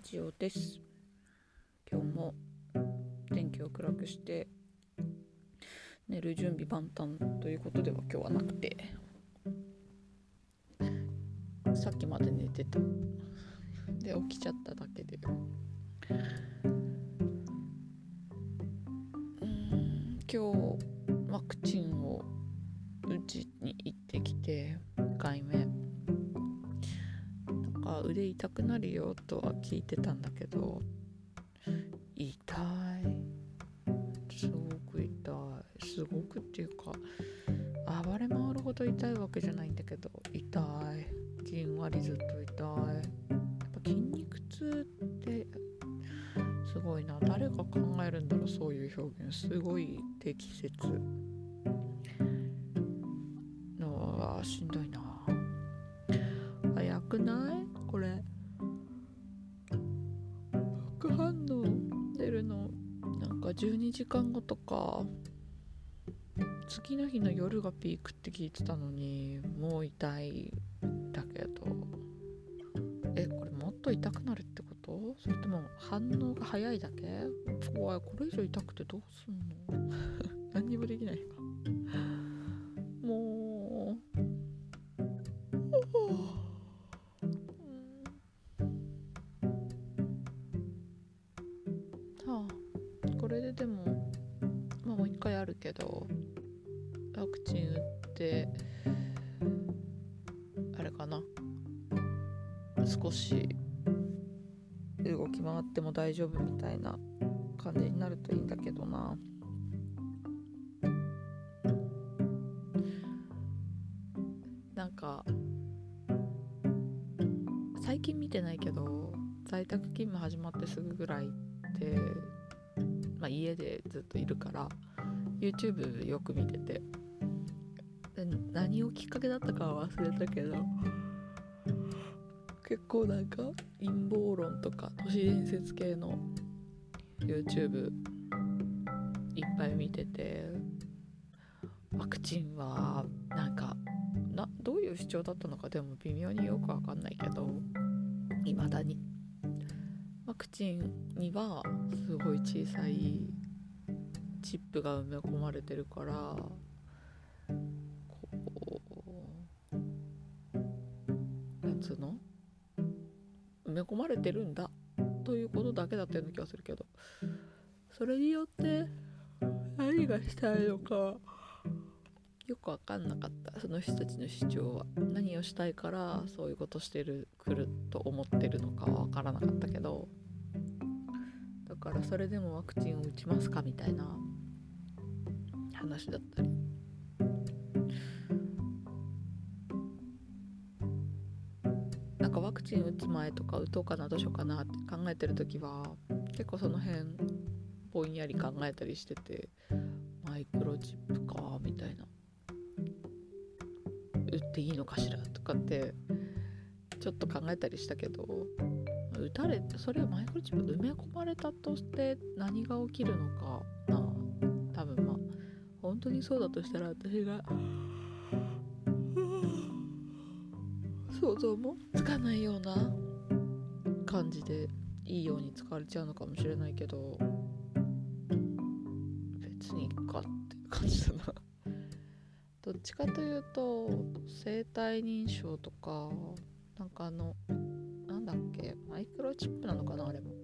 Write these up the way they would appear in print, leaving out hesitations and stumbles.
ジオです。今日も電気を暗くして寝る準備万端ということでは今日はなくて、さっきまで寝てたで起きちゃっただけで、今日ワクチンを打ちに行ってきて1回目なんか腕痛くなるよとは聞いてたんだけど、痛い、すごく痛い、すごくっていうか暴れ回るほど痛いわけじゃないんだけど痛い、じんわりずっと痛い。やっぱ筋肉痛ってすごいな、誰が考えるんだろう、そういう表現すごい適切のはしんどいな。早くないこれ、副反応出るのなんか12時間後とか次の日の夜がピークって聞いてたのに、もう痛いだけど、これもっと痛くなるってこと？それとも反応が早いだけ？怖い、これ以上痛くてどうすんの何にもできないかもこれででも、もう一回あるけど、ワクチン打ってあれかな、少し動き回っても大丈夫みたいな感じになるといいんだけどな。なんか最近見てないけど、在宅勤務始まってすぐぐらいって、家でずっといるから YouTube よく見てて、何をきっかけだったかは忘れたけど、結構なんか陰謀論とか都市伝説系の YouTube いっぱい見てて、ワクチンはなんかどういう主張だったのかでも微妙によくわかんないけど、未だにワクチンにはすごい小さいチップが埋め込まれてるから、なんつうの、埋め込まれてるんだということだけだったような気がするけど、それによって何がしたいのかよく分かんなかった。その人たちの主張は何をしたいからそういうことしてくると思ってるのかは分からなかったけど、だからそれでもワクチンを打ちますかみたいな話だったり、なんかワクチン打つ前とか打とうかなどうしようかなって考えてる時は結構その辺ぼんやり考えたりしてて、マイクロチップかみたいな、打っていいのかしらとかってちょっと考えたりしたけど、それはマイクロチップ埋め込まれたとして何が起きるのかな。多分本当にそうだとしたら私が想像もつかないような感じでいいように使われちゃうのかもしれないけど、別にいっかって感じだな。どっちかというと生体認証とか、なんかなんだっけ、マイクロチップなのかな、あれも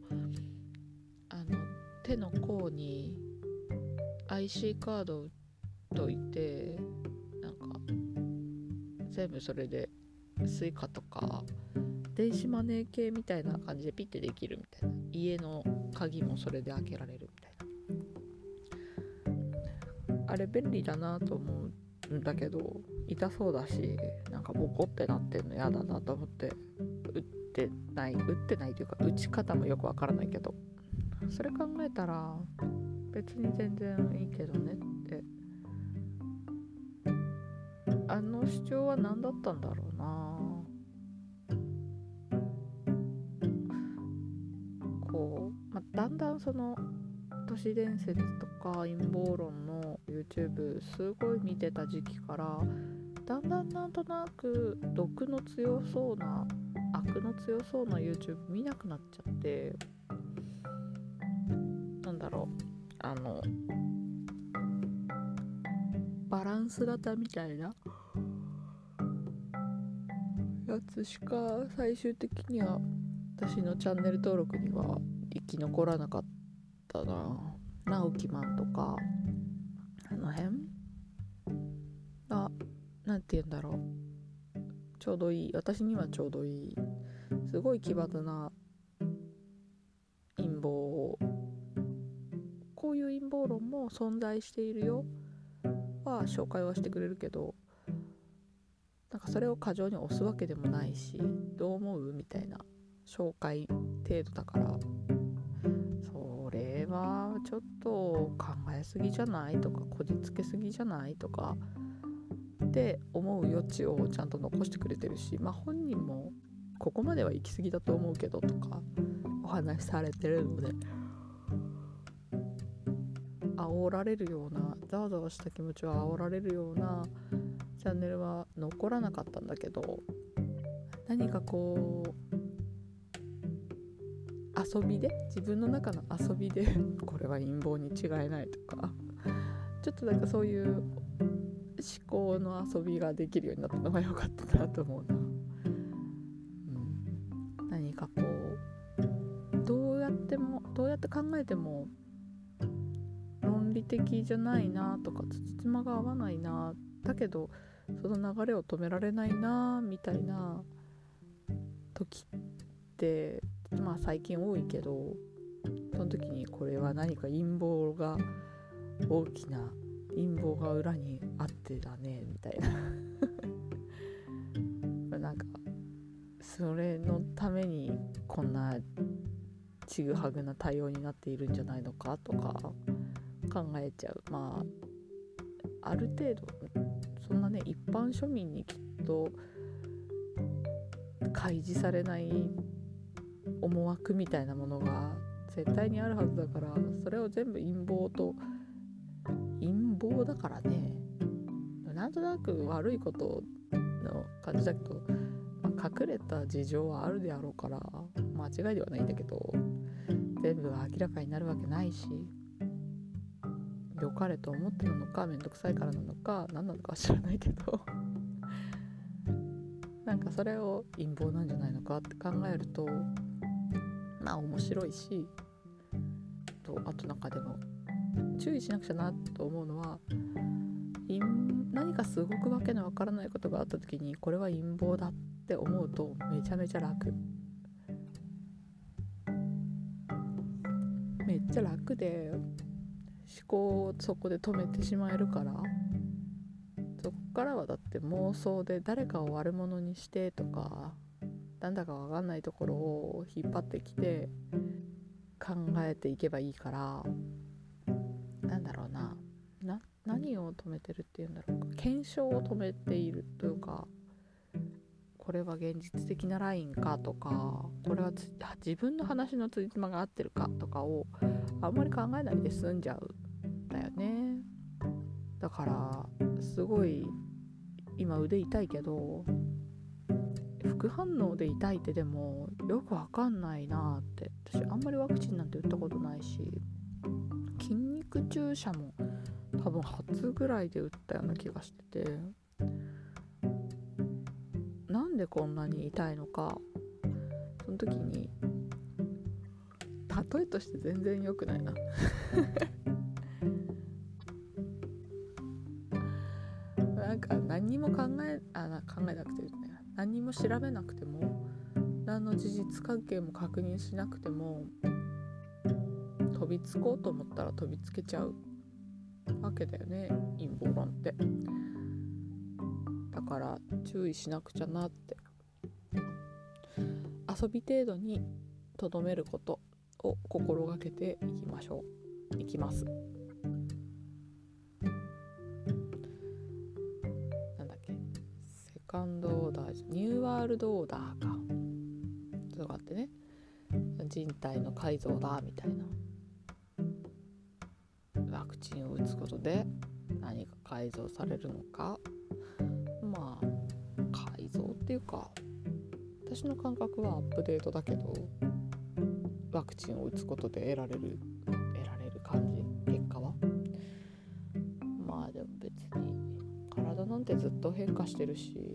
手の甲に IC カードを打っといて、なんか全部それでスイカとか電子マネー系みたいな感じでピッてできるみたいな、家の鍵もそれで開けられるみたいな、あれ便利だなと思うんだけど痛そうだし、なんかボコってなってんの嫌だなと思って打ってないというか打ち方もよくわからないけど、それ考えたら別に全然いいけどねって、あの主張は何だったんだろうな。だんだんその都市伝説とか陰謀論の YouTube すごい見てた時期から、だんだんなんとなく毒の強そうな悪悪の強そうな YouTube 見なくなっちゃって、なんだろう、バランス型みたいなやつしか最終的には私のチャンネル登録には生き残らなかったな。直木マンとかあの辺がなんて言うんだろう、ちょうどいい、私にはちょうどいい、すごい奇抜な陰謀を、こういう陰謀論も存在しているよは紹介はしてくれるけど、なんかそれを過剰に押すわけでもないし、どう思うみたいな紹介程度だから、それはちょっと考えすぎじゃないとか、こじつけすぎじゃないとかって思う余地をちゃんと残してくれてるし、本人もここまでは行き過ぎだと思うけどとかお話しされてるので、煽られるような、ざわざわした気持ちは煽られるようなチャンネルは残らなかったんだけど、何かこう遊びで、自分の中の遊びでこれは陰謀に違いないとか、ちょっとなんかそういう思考の遊びができるようになったのが良かったなと思うな。何かこうどうやって考えても論理的じゃないなとか、つじつまが合わないな、だけどその流れを止められないなみたいな時って最近多いけど、その時にこれは何か陰謀が、大きな陰謀が裏にあってだねみたいななんかそれのためにこんなちぐはぐな対応になっているんじゃないのかとか考えちゃう。ある程度そんなね、一般庶民にきっと開示されない思惑みたいなものが絶対にあるはずだから、それを全部陰謀だからね、なんとなく悪いことの感じだけど、隠れた事情はあるであろうから間違いではないんだけど、全部が明らかになるわけないし、良かれと思ってなのか、めんどくさいからなのか何なのかは知らないけどなんかそれを陰謀なんじゃないのかって考えると面白いし、あとなんかでも注意しなくちゃなと思うのは、何かすごくわけのわからないことがあった時にこれは陰謀だって思うとめちゃめちゃ楽、めっちゃ楽で思考をそこで止めてしまえるから、そこからはだって妄想で誰かを悪者にしてとか、なんだかわかんないところを引っ張ってきて考えていけばいいから、なんだろうな、何を止めてるっていうんだろうか、検証を止めているというか、これは現実的なラインかとか、これは自分の話のつじつまが合ってるかとかをあんまり考えないで済んじゃうんだよね。だからすごい今腕痛いけど、副反応で痛いってでもよくわかんないなって。私あんまりワクチンなんて打ったことないし、筋肉注射も多分初ぐらいで打ったような気がしてて、なんでこんなに痛いのか、その時に例えとして全然良くないななんか何にも考えなくていいね、何にも調べなくても、何の事実関係も確認しなくても飛びつこうと思ったら飛びつけちゃうわけだよね、陰謀論って。だから注意しなくちゃなって、遊び程度にとどめることを心がけていきます。なんだっけ、セカンドオーダー、ニューワールドオーダーか、そうがあってね、人体の改造だみたいな、ワクチンを打つことで何か改造されるのか、改造っていうか、 私の感覚はアップデートだけど、ワクチンを打つことで得られる感じ、結果は。まあでも別に体なんてずっと変化してるし、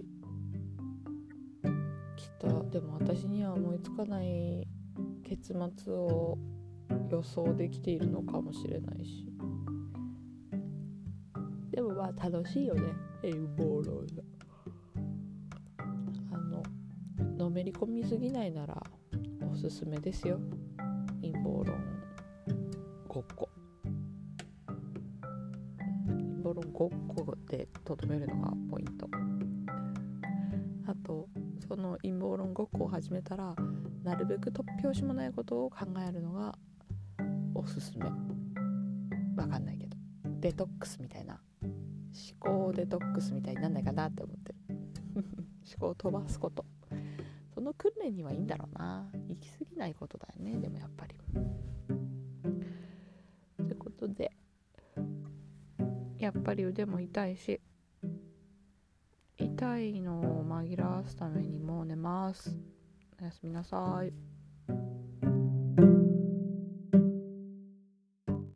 きっとでも私には思いつかない結末を予想できているのかもしれないし、でもまあ楽しいよね、陰謀論。のめり込みすぎないならおすすめですよ、陰謀論ごっこ。陰謀論ごっこでとどめるのがポイント。あとその陰謀論ごっこを始めたら、なるべく突拍子もないことを考えるのがおすすめ。わかんないけど、デトックスみたいな、思考デトックスみたいになんないかなって思ってる思考を飛ばすこと、その訓練にはいいんだろうな。行き過ぎないことだよね、でもやっぱり。ってことで、やっぱり腕も痛いし、痛いのを紛らわすためにもう寝ます。おやすみなさい。